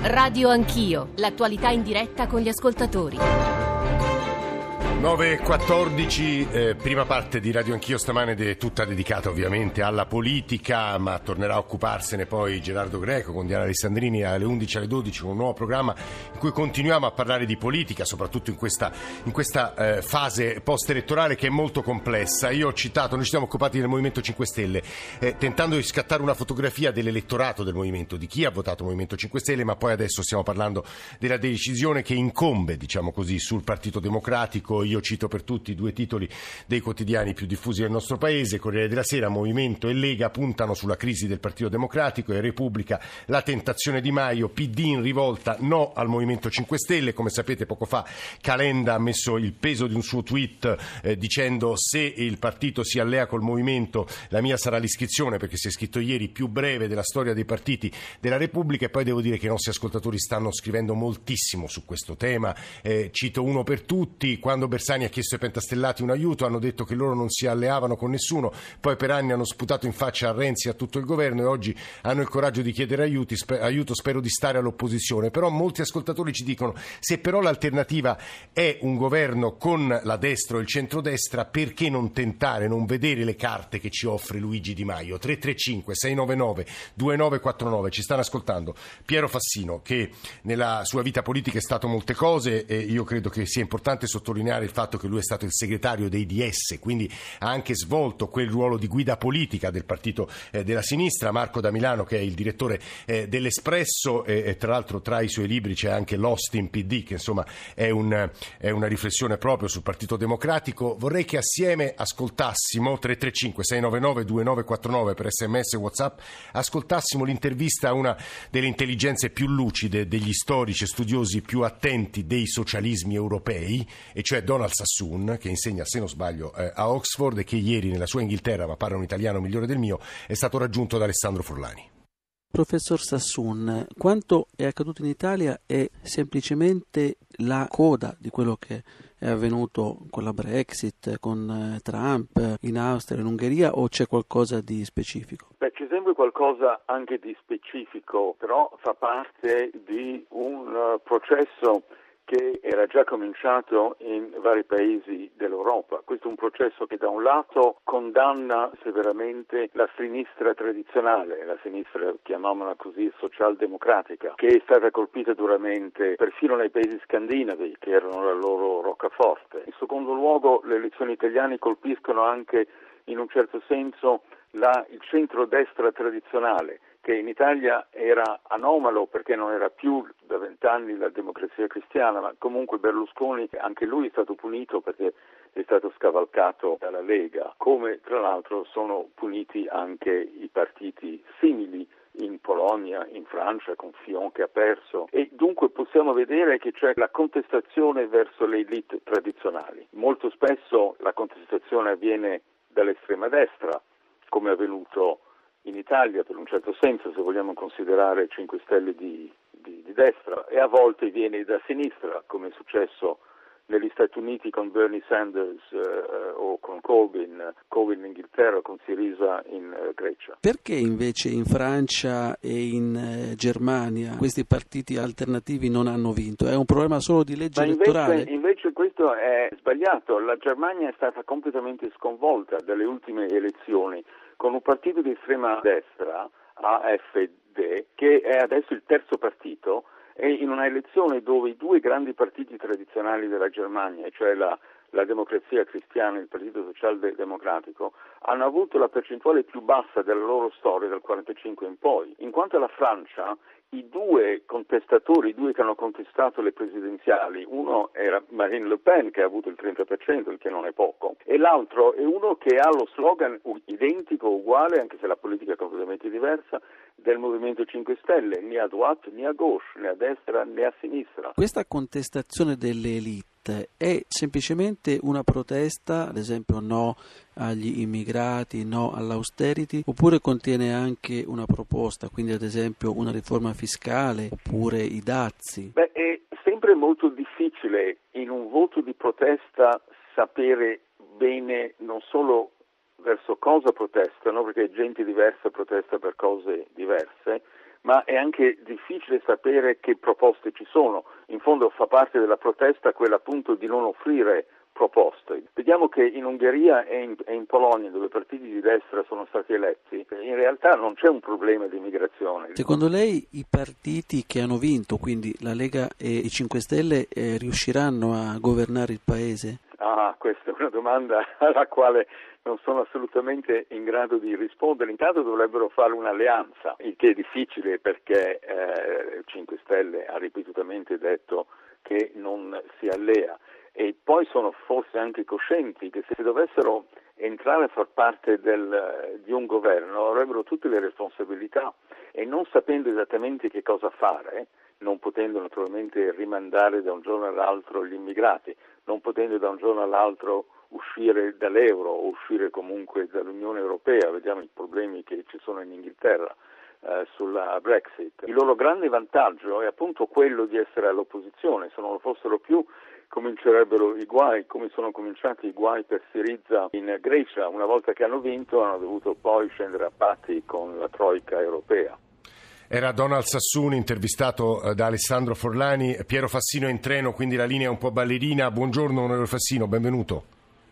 Radio Anch'io, l'attualità in diretta con gli ascoltatori. 9.14, prima parte di Radio Anch'io stamane tutta dedicata ovviamente alla politica, ma tornerà a occuparsene poi Gerardo Greco con Diana Alessandrini alle 11 alle 12 con un nuovo programma in cui continuiamo a parlare di politica, soprattutto in questa fase post-elettorale che è molto complessa. Io ho citato, noi ci siamo occupati del Movimento 5 Stelle, tentando di scattare una fotografia dell'elettorato del Movimento, di chi ha votato Movimento 5 Stelle, ma poi adesso stiamo parlando della decisione che incombe, diciamo così, sul Partito Democratico. Io cito per tutti due titoli dei quotidiani più diffusi del nostro paese. Corriere della Sera: Movimento e Lega puntano sulla crisi del Partito Democratico. E Repubblica: la tentazione Di Maio, PD in rivolta, no al Movimento 5 Stelle. Come sapete, poco fa Calenda ha messo il peso di un suo tweet dicendo: se il partito si allea col Movimento, la mia sarà l'iscrizione, perché si è scritto ieri, più breve della storia dei partiti della Repubblica. E poi devo dire che i nostri ascoltatori stanno scrivendo moltissimo su questo tema. Cito uno per tutti: quando Bersani ha chiesto ai pentastellati un aiuto, hanno detto che loro non si alleavano con nessuno, poi per anni hanno sputato in faccia a Renzi e a tutto il governo, e oggi hanno il coraggio di chiedere aiuto, spero di stare all'opposizione. Però molti ascoltatori ci dicono: se però l'alternativa è un governo con la destra o il centrodestra, perché non tentare, non vedere le carte che ci offre Luigi Di Maio? 335 699 2949. Ci stanno ascoltando Piero Fassino, che nella sua vita politica è stato molte cose, e io credo che sia importante sottolineare il fatto che lui è stato il segretario dei DS, quindi ha anche svolto quel ruolo di guida politica del partito della sinistra. Marco da Milano, che è il direttore dell'Espresso, e tra l'altro tra i suoi libri c'è anche Lost in PD, che insomma è una riflessione proprio sul Partito Democratico. Vorrei che assieme ascoltassimo 335 699 2949 per SMS e WhatsApp, ascoltassimo l'intervista a una delle intelligenze più lucide, degli storici e studiosi più attenti dei socialismi europei, e cioè Donald Sassoon, che insegna, se non sbaglio, a Oxford, e che ieri nella sua Inghilterra, ma parla un italiano migliore del mio, è stato raggiunto da Alessandro Forlani. Professor Sassoon, quanto è accaduto in Italia è semplicemente la coda di quello che è avvenuto con la Brexit, con Trump, in Austria, in Ungheria, o c'è qualcosa di specifico? C'è sempre qualcosa anche di specifico, però fa parte di un processo che era già cominciato in vari paesi dell'Europa. Questo è un processo che da un lato condanna severamente la sinistra tradizionale, la sinistra, chiamiamola così, socialdemocratica, che è stata colpita duramente perfino nei paesi scandinavi, che erano la loro roccaforte. In secondo luogo, le elezioni italiane colpiscono anche in un certo senso il centrodestra tradizionale, che in Italia era anomalo perché non era più da 20 anni la Democrazia Cristiana, ma comunque Berlusconi, anche lui è stato punito perché è stato scavalcato dalla Lega, come tra l'altro sono puniti anche i partiti simili in Polonia, in Francia, con Fillon che ha perso, e dunque possiamo vedere che c'è la contestazione verso le elite tradizionali. Molto spesso la contestazione avviene dall'estrema destra, come è avvenuto in Italia, per un certo senso, se vogliamo considerare 5 Stelle di destra, e a volte viene da sinistra, come è successo negli Stati Uniti con Bernie Sanders o con Corbyn in Inghilterra, con Syriza in Grecia. Perché invece in Francia e in Germania questi partiti alternativi non hanno vinto? È un problema solo di legge elettorale? Invece questo è sbagliato. La Germania è stata completamente sconvolta dalle ultime elezioni, con un partito di estrema destra, AfD, che è adesso il terzo partito, e in una elezione dove i due grandi partiti tradizionali della Germania, cioè la Democrazia Cristiana e il Partito Socialdemocratico, hanno avuto la percentuale più bassa della loro storia dal 1945 in poi. In quanto alla Francia, i due contestatori, i due che hanno contestato le presidenziali, uno era Marine Le Pen, che ha avuto il 30%, il che non è poco, e l'altro è uno che ha lo slogan identico, uguale, anche se la politica è completamente diversa, del Movimento 5 Stelle, né a droite né a gauche, né a destra né a sinistra. Questa contestazione delle elite è semplicemente una protesta, ad esempio no agli immigrati, no all'austerity, oppure contiene anche una proposta, quindi ad esempio una riforma fiscale oppure i dazi? È sempre molto difficile in un voto di protesta sapere bene non solo verso cosa protestano, perché gente diversa protesta per cose diverse, ma è anche difficile sapere che proposte ci sono. In fondo fa parte della protesta quella appunto di non offrire proposte. Vediamo che in Ungheria e in Polonia, dove partiti di destra sono stati eletti, in realtà non c'è un problema di immigrazione. Secondo lei i partiti che hanno vinto, quindi la Lega e i 5 Stelle, riusciranno a governare il paese? Questa è una domanda alla quale non sono assolutamente in grado di rispondere. Intanto dovrebbero fare un'alleanza, il che è difficile perché 5 Stelle ha ripetutamente detto che non si allea. E poi sono forse anche coscienti che se dovessero entrare a far parte di un governo avrebbero tutte le responsabilità e non sapendo esattamente che cosa fare, non potendo naturalmente rimandare da un giorno all'altro gli immigrati, non potendo da un giorno all'altro uscire dall'euro o uscire comunque dall'Unione Europea, vediamo i problemi che ci sono in Inghilterra sulla Brexit. Il loro grande vantaggio è appunto quello di essere all'opposizione, se non lo fossero più comincerebbero i guai, come sono cominciati i guai per Syriza in Grecia. Una volta che hanno vinto hanno dovuto poi scendere a patti con la troika europea. Era Donald Sassoon intervistato da Alessandro Forlani. Piero Fassino è in treno, quindi la linea è un po' ballerina. Buongiorno onorevole Fassino, benvenuto.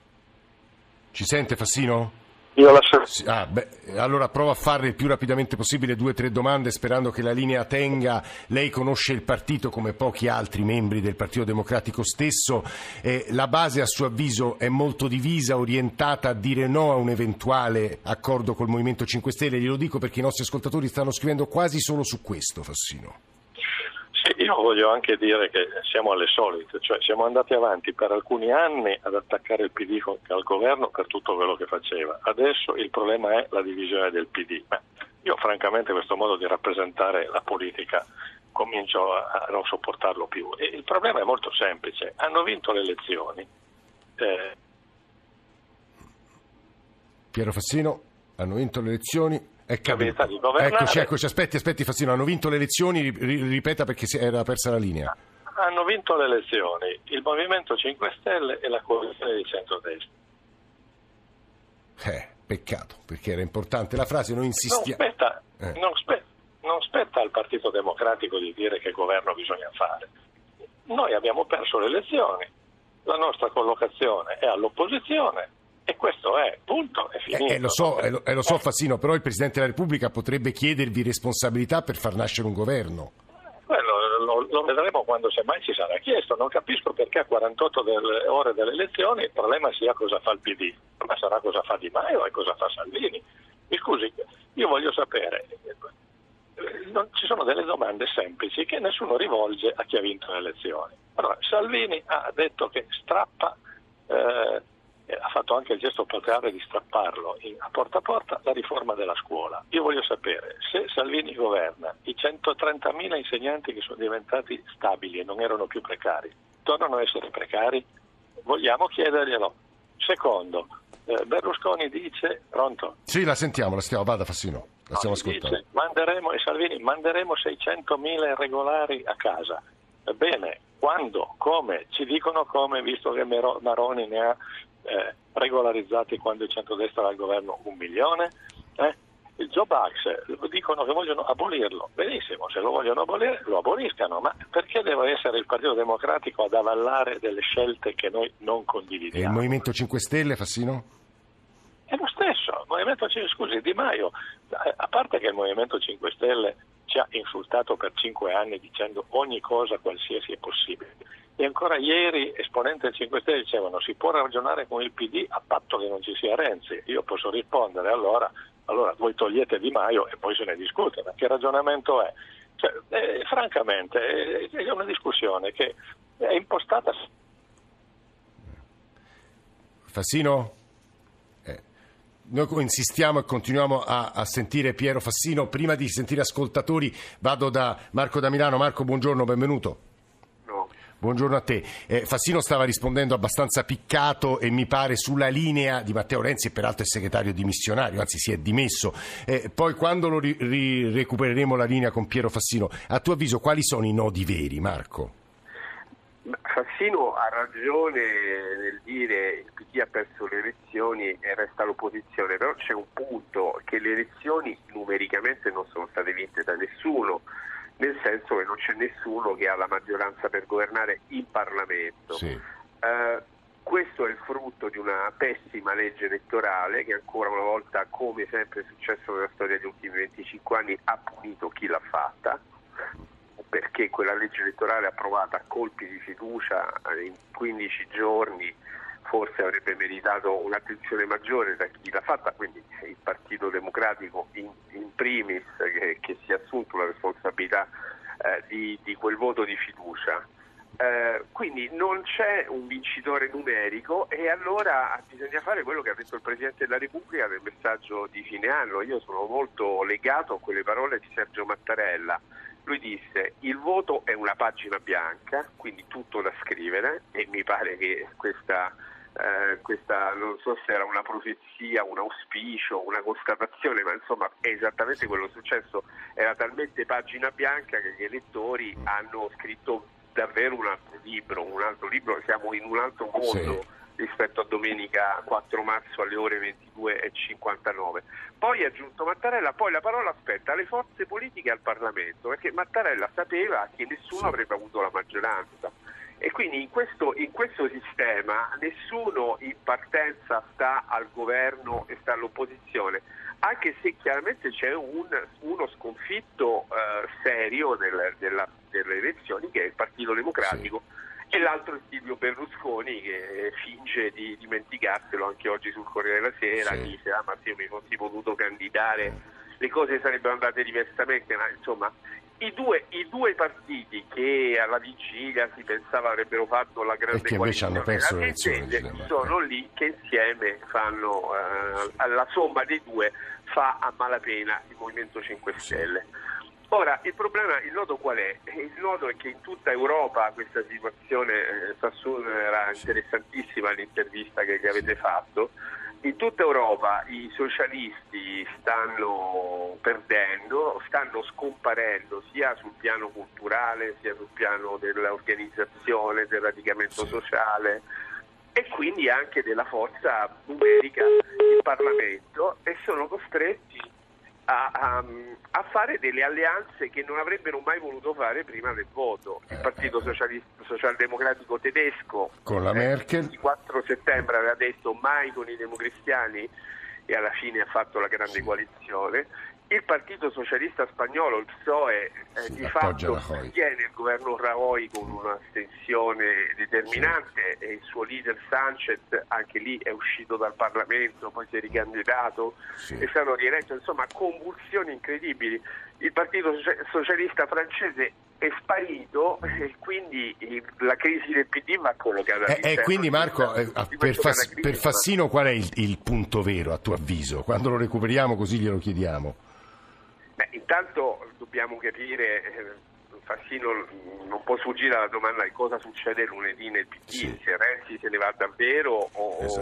Ci sente Fassino? Io la so. Allora provo a farle il più rapidamente possibile 2 o 3 domande sperando che la linea tenga. Lei conosce il partito come pochi altri membri del Partito Democratico stesso. La base a suo avviso è molto divisa, orientata a dire no a un eventuale accordo col Movimento 5 Stelle. Glielo dico perché i nostri ascoltatori stanno scrivendo quasi solo su questo, Fassino. Sì, io voglio anche dire che siamo alle solite, cioè siamo andati avanti per alcuni anni ad attaccare il PD al governo per tutto quello che faceva. Adesso il problema è la divisione del PD. Io francamente questo modo di rappresentare la politica comincio a non sopportarlo più. E il problema è molto semplice, hanno vinto le elezioni. Piero Fassino, hanno vinto le elezioni. Eccoci, aspetti Fassino, hanno vinto le elezioni, ripeta perché era persa la linea. Hanno vinto le elezioni il Movimento 5 Stelle e la coalizione di centrodestra. Peccato, perché era importante la frase, noi insistiamo. Non spetta al Partito Democratico di dire che governo bisogna fare. Noi abbiamo perso le elezioni, la nostra collocazione è all'opposizione. E questo è, punto, è finito. Lo so Fassino, però il Presidente della Repubblica potrebbe chiedervi responsabilità per far nascere un governo. Quello lo vedremo quando semmai ci sarà chiesto. Non capisco perché a 48 ore delle elezioni il problema sia cosa fa il PD, ma sarà cosa fa Di Maio e cosa fa Salvini. Mi scusi, io voglio sapere, ci sono delle domande semplici che nessuno rivolge a chi ha vinto le elezioni. Allora, Salvini ha detto che strappa... ha fatto anche il gesto plateale di strapparlo a porta la riforma della scuola. Io voglio sapere se Salvini governa, i 130.000 insegnanti che sono diventati stabili e non erano più precari, tornano a essere precari? Vogliamo chiederglielo. Secondo, Berlusconi dice, pronto? Sì, la sentiamo, vada Fassino, la stiamo ascoltando. Dice, manderemo 600.000 irregolari a casa. Bene, quando? Come? Ci dicono come, visto che Maroni ne ha regolarizzati quando il centrodestra era al governo 1 milione, il Job Act dicono che vogliono abolirlo. Benissimo, se lo vogliono abolire lo aboliscano, ma perché deve essere il Partito Democratico ad avallare delle scelte che noi non condividiamo? E il Movimento 5 Stelle, Fassino? È lo stesso, il Movimento 5 scusi, Di Maio, a parte che il Movimento 5 Stelle ci ha insultato per 5 anni dicendo ogni cosa qualsiasi è possibile. E ancora ieri esponenti del 5 Stelle dicevano si può ragionare con il PD a patto che non ci sia Renzi. Io posso rispondere allora voi togliete Di Maio e poi se ne discute. Ma che ragionamento è? Francamente è una discussione che è impostata. Fassino? Noi insistiamo e continuiamo a sentire Piero Fassino. Prima di sentire ascoltatori vado da Marco da Milano. Marco, buongiorno, benvenuto. Buongiorno a te. Fassino stava rispondendo abbastanza piccato e mi pare sulla linea di Matteo Renzi, e peraltro è segretario dimissionario, anzi si è dimesso. Poi quando recupereremo la linea con Piero Fassino, a tuo avviso quali sono i nodi veri, Marco? Fassino ha ragione nel dire il PD ha perso le elezioni e resta l'opposizione, però c'è un punto, che le elezioni numericamente non sono state vinte da nessuno, nel senso che non c'è nessuno che ha la maggioranza per governare in Parlamento. Sì. Questo è il frutto di una pessima legge elettorale che ancora una volta, come sempre è successo nella storia degli ultimi 25 anni, ha punito chi l'ha fatta, perché quella legge elettorale approvata a colpi di fiducia in 15 giorni forse avrebbe meritato un'attenzione maggiore da chi l'ha fatta, quindi il Partito Democratico in primis, che si è assunto la responsabilità di quel voto di fiducia. Quindi non c'è un vincitore numerico e allora bisogna fare quello che ha detto il Presidente della Repubblica nel messaggio di fine anno. Io sono molto legato a quelle parole di Sergio Mattarella. Lui disse: il voto è una pagina bianca, quindi tutto da scrivere, e mi pare che questa non so se era una profezia, un auspicio, una constatazione, ma insomma è esattamente quello che è successo. Era talmente pagina bianca che gli elettori hanno scritto davvero un altro libro, siamo in un altro mondo. Sì. Rispetto a domenica 4 marzo alle ore 22:59. Poi ha aggiunto Mattarella, poi la parola spetta alle forze politiche e al Parlamento, perché Mattarella sapeva che nessuno avrebbe avuto la maggioranza e quindi in questo sistema nessuno in partenza sta al governo e sta all'opposizione, anche se chiaramente c'è uno sconfitto serio delle elezioni, che è il Partito Democratico. Sì. E l'altro è Silvio Berlusconi, che finge di dimenticarselo anche oggi sul Corriere della Sera. Sì. Dice: ma se io mi fossi potuto candidare le cose sarebbero andate diversamente. Ma insomma i due partiti che alla vigilia si pensava avrebbero fatto la grande che invece hanno perso le elezioni, sono lì che insieme fanno la somma dei due fa a malapena il Movimento 5 Stelle. Ora, il nodo qual è? Il nodo è che in tutta Europa questa situazione, Sassoon era interessantissima l'intervista che avete fatto, in tutta Europa i socialisti stanno perdendo, stanno scomparendo sia sul piano culturale, sia sul piano dell'organizzazione, del radicamento sociale e quindi anche della forza numerica in Parlamento, e sono costretti a fare delle alleanze che non avrebbero mai voluto fare prima del voto. Il Partito Socialdemocratico tedesco con la Merkel il 4 settembre aveva detto mai con i democristiani e alla fine ha fatto la grande coalizione. Il Partito Socialista Spagnolo, il PSOE, di fatto sostiene il governo Rajoy con un'astensione determinante e il suo leader Sánchez anche lì è uscito dal Parlamento, poi si è ricandidato, è stato rieletto, insomma convulsioni incredibili. Il Partito Socialista francese è sparito e quindi la crisi del PD va collocata e quindi Marco, per Fassino qual è il punto vero a tuo avviso? Quando lo recuperiamo così glielo chiediamo. Intanto dobbiamo capire, Fassino non può sfuggire alla domanda di cosa succede lunedì nel PD, se Renzi se ne va davvero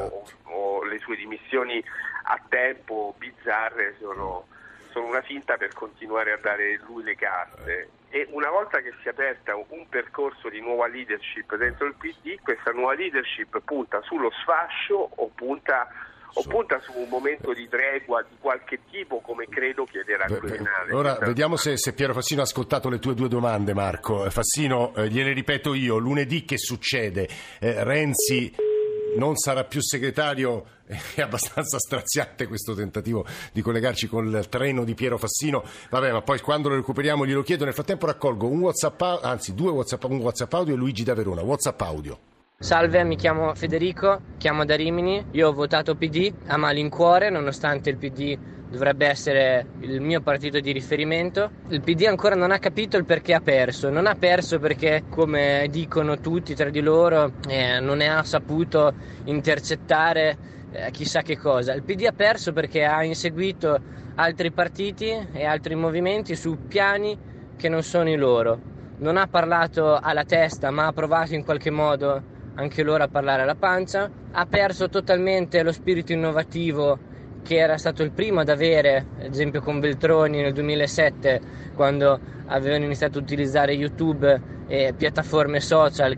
o le sue dimissioni a tempo bizzarre sono una finta per continuare a dare lui le carte. E una volta che si è aperta un percorso di nuova leadership dentro il PD, questa nuova leadership punta sullo sfascio o punta su un momento di tregua di qualche tipo, come credo chiederà il Quirinale. Ora vediamo se Piero Fassino ha ascoltato le tue due domande, Marco. Fassino, gliele ripeto io: lunedì che succede? Renzi non sarà più segretario? È abbastanza straziante questo tentativo di collegarci col treno di Piero Fassino. Vabbè, ma poi quando lo recuperiamo glielo chiedo. Nel frattempo raccolgo un WhatsApp audio e Luigi da Verona. WhatsApp audio. Salve, mi chiamo Federico, chiamo da Rimini. Io ho votato PD a malincuore, nonostante il PD dovrebbe essere il mio partito di riferimento. Il PD ancora non ha capito il perché ha perso. Non ha perso perché, come dicono tutti tra di loro, non ne ha saputo intercettare chissà che cosa. Il PD ha perso perché ha inseguito altri partiti e altri movimenti su piani che non sono i loro. Non ha parlato alla testa, ma ha provato in qualche modo anche loro a parlare alla pancia. Ha perso totalmente lo spirito innovativo che era stato il primo ad avere, ad esempio con Veltroni nel 2007, quando avevano iniziato a utilizzare YouTube e piattaforme social che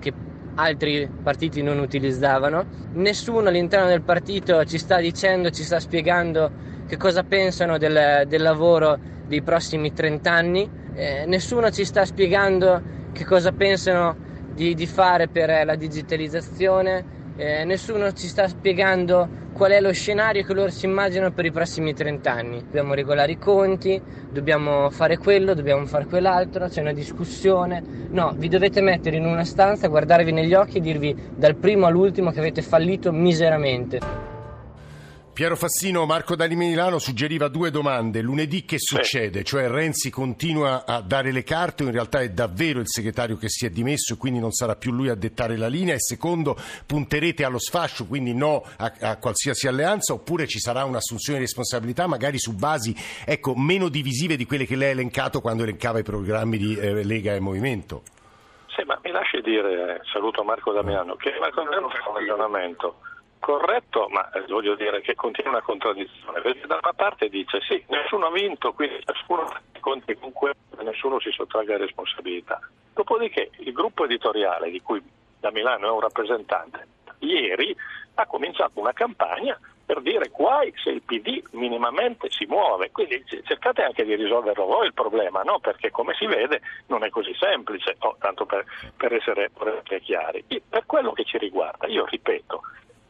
altri partiti non utilizzavano. Nessuno all'interno del partito ci sta dicendo, ci sta spiegando che cosa pensano del lavoro dei prossimi 30 anni, nessuno ci sta spiegando che cosa pensano di fare per la digitalizzazione, nessuno ci sta spiegando qual è lo scenario che loro si immaginano per i prossimi 30 anni. Dobbiamo regolare i conti, dobbiamo fare quello, dobbiamo fare quell'altro, c'è una discussione. No, vi dovete mettere in una stanza, guardarvi negli occhi e dirvi dal primo all'ultimo che avete fallito miseramente. Piero Fassino, Marco da Milano suggeriva 2 domande. Lunedì che succede? Cioè Renzi continua a dare le carte o in realtà è davvero il segretario che si è dimesso e quindi non sarà più lui a dettare la linea? E secondo, punterete allo sfascio, quindi no a qualsiasi alleanza, oppure ci sarà un'assunzione di responsabilità magari su basi meno divisive di quelle che lei ha elencato quando elencava i programmi di Lega e Movimento? Sì, ma mi lasci dire, saluto Marco da Milano, che Marco da Milano fa un ragionamento corretto, ma voglio dire che continua una contraddizione, perché da una parte dice sì, nessuno ha vinto, quindi ciascuno fa i conti con quello e nessuno si sottragga responsabilità. Dopodiché il gruppo editoriale di cui da Milano è un rappresentante, ieri ha cominciato una campagna per dire guai se il PD minimamente si muove, quindi cercate anche di risolverlo voi il problema, no? Perché come si vede non è così semplice, tanto per essere chiari. Per quello che ci riguarda, io ripeto,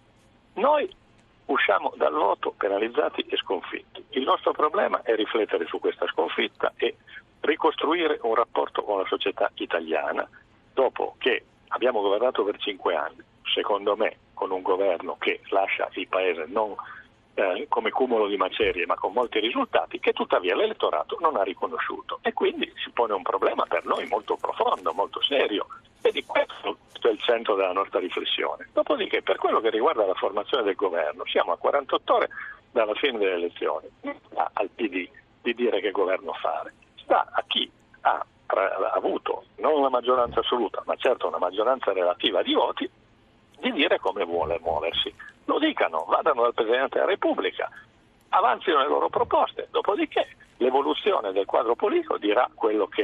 noi usciamo dal voto penalizzati e sconfitti. Il nostro problema è riflettere su questa sconfitta e ricostruire un rapporto con la società italiana dopo che abbiamo governato per 5 anni, secondo me con un governo che lascia il paese non come cumulo di macerie ma con molti risultati, che tuttavia l'elettorato non ha riconosciuto, e quindi si pone un problema per noi molto profondo, molto serio, e di questo è il centro della nostra riflessione. Dopodiché, per quello che riguarda la formazione del governo, siamo a 48 ore dalla fine delle elezioni, non sta al PD di dire che governo fare, sta a chi ha avuto non una maggioranza assoluta ma certo una maggioranza relativa di voti di dire come vuole muoversi. Lo dicano, vadano dal Presidente della Repubblica, avanzino le loro proposte, dopodiché l'evoluzione del quadro politico dirà quello che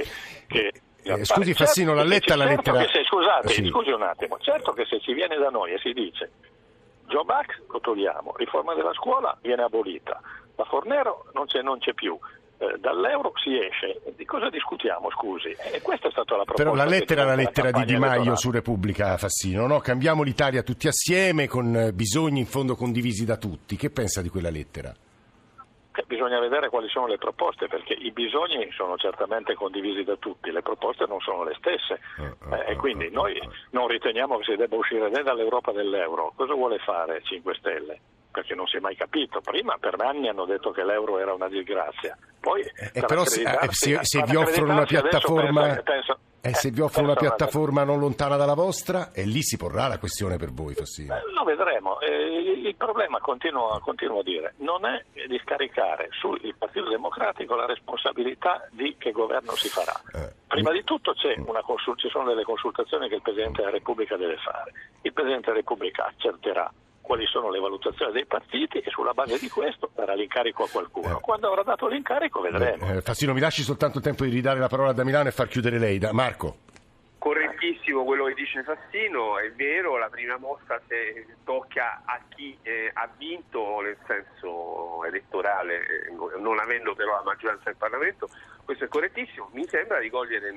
scusi Fassino, l'ha letta la lettera? Scusi un attimo, certo che se si viene da noi e si dice Jobs Act lo togliamo, riforma della scuola viene abolita, la Fornero non c'è più, dall'euro si esce, di cosa discutiamo, scusi? E questa è stata la proposta. Però la lettera di Di Maio su Repubblica, Fassino, no? Cambiamo l'Italia tutti assieme con bisogni in fondo condivisi da tutti. Che pensa di quella lettera? Bisogna vedere quali sono le proposte, perché i bisogni sono certamente condivisi da tutti, le proposte non sono le stesse, e quindi noi non riteniamo che si debba uscire né dall'Europa dell'euro. Cosa vuole fare 5 Stelle? Perché non si è mai capito. Prima per anni hanno detto che l'euro era una disgrazia, poi però se vi offrono una piattaforma se vi offrono una piattaforma non lontana dalla vostra, e lì si porrà la questione per voi, Fassino. Lo vedremo. Il problema, continuo a dire, non è di scaricare sul Partito Democratico la responsabilità di che governo si farà. Prima di tutto ci sono delle consultazioni che il Presidente della Repubblica deve fare. Il Presidente della Repubblica accerterà quali sono le valutazioni dei partiti e sulla base di questo darà l'incarico a qualcuno. Quando avrà dato l'incarico vedremo. Fassino, mi lasci soltanto il tempo di ridare la parola da Milano e far chiudere lei. Marco. Correttissimo quello che dice Fassino, è vero, la prima mossa tocca a chi ha vinto nel senso elettorale, non avendo però la maggioranza del Parlamento, questo è correttissimo. Mi sembra di cogliere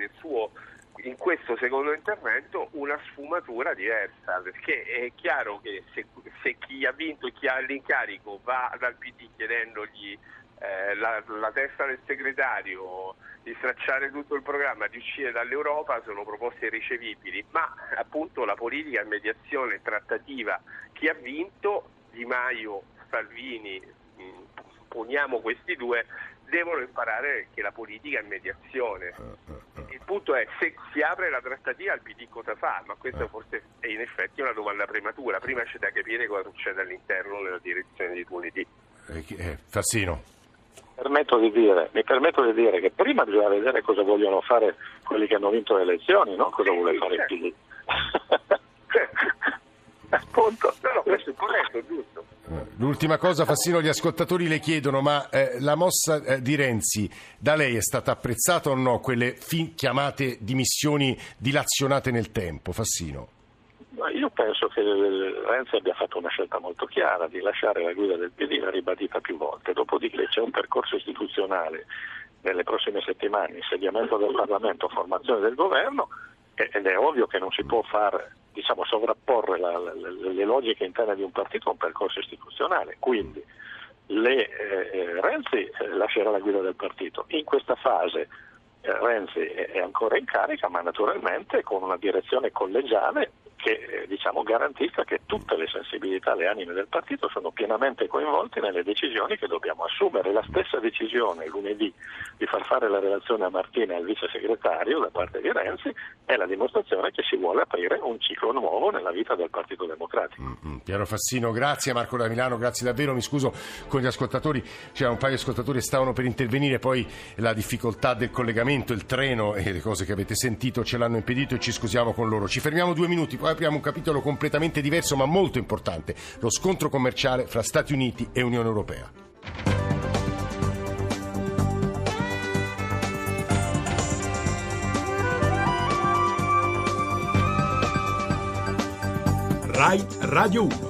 in questo secondo intervento una sfumatura diversa, perché è chiaro che se chi ha vinto e chi ha l'incarico va dal PD chiedendogli la testa del segretario, di stracciare tutto il programma, di uscire dall'Europa, sono proposte irricevibili, ma appunto la politica è mediazione trattativa. Chi ha vinto, Di Maio, Salvini, poniamo questi due, devono imparare che la politica è mediazione. Il punto è, se si apre la trattativa, il PD cosa fa? Ma questa forse è in effetti una domanda prematura. Prima c'è da capire cosa succede all'interno nella direzione di lunedì. Fassino. Mi permetto di dire che prima bisogna vedere cosa vogliono fare quelli che hanno vinto le elezioni, non cosa vuole fare il PD. Appunto. No, questo è corretto, è giusto. L'ultima cosa, Fassino, gli ascoltatori le chiedono, ma la mossa di Renzi da lei è stata apprezzata o no, quelle chiamate dimissioni dilazionate nel tempo, Fassino? Io penso che Renzi abbia fatto una scelta molto chiara di lasciare la guida del PD, l'ha ribadita più volte, dopodiché c'è un percorso istituzionale nelle prossime settimane, insediamento del Parlamento, formazione del governo, ed è ovvio che non si può far, sovrapporre le logiche interne di un partito a un percorso istituzionale, quindi Renzi lascerà la guida del partito. In questa fase Renzi è ancora in carica, ma naturalmente con una direzione collegiale che garantisca che tutte le sensibilità, le anime del partito sono pienamente coinvolte nelle decisioni che dobbiamo assumere. La stessa decisione lunedì di far fare la relazione a Martina, al vice segretario, da parte di Renzi, è la dimostrazione che si vuole aprire un ciclo nuovo nella vita del Partito Democratico. Piero Fassino, grazie. Marco da Milano, grazie davvero. Mi scuso con gli ascoltatori, c'era un paio di ascoltatori che stavano per intervenire, poi la difficoltà del collegamento, il treno e le cose che avete sentito ce l'hanno impedito e ci scusiamo con loro. Ci fermiamo 2 minuti, poi apriamo un capitolo completamente diverso ma molto importante, lo scontro commerciale fra Stati Uniti e Unione Europea. Rai Radio 1.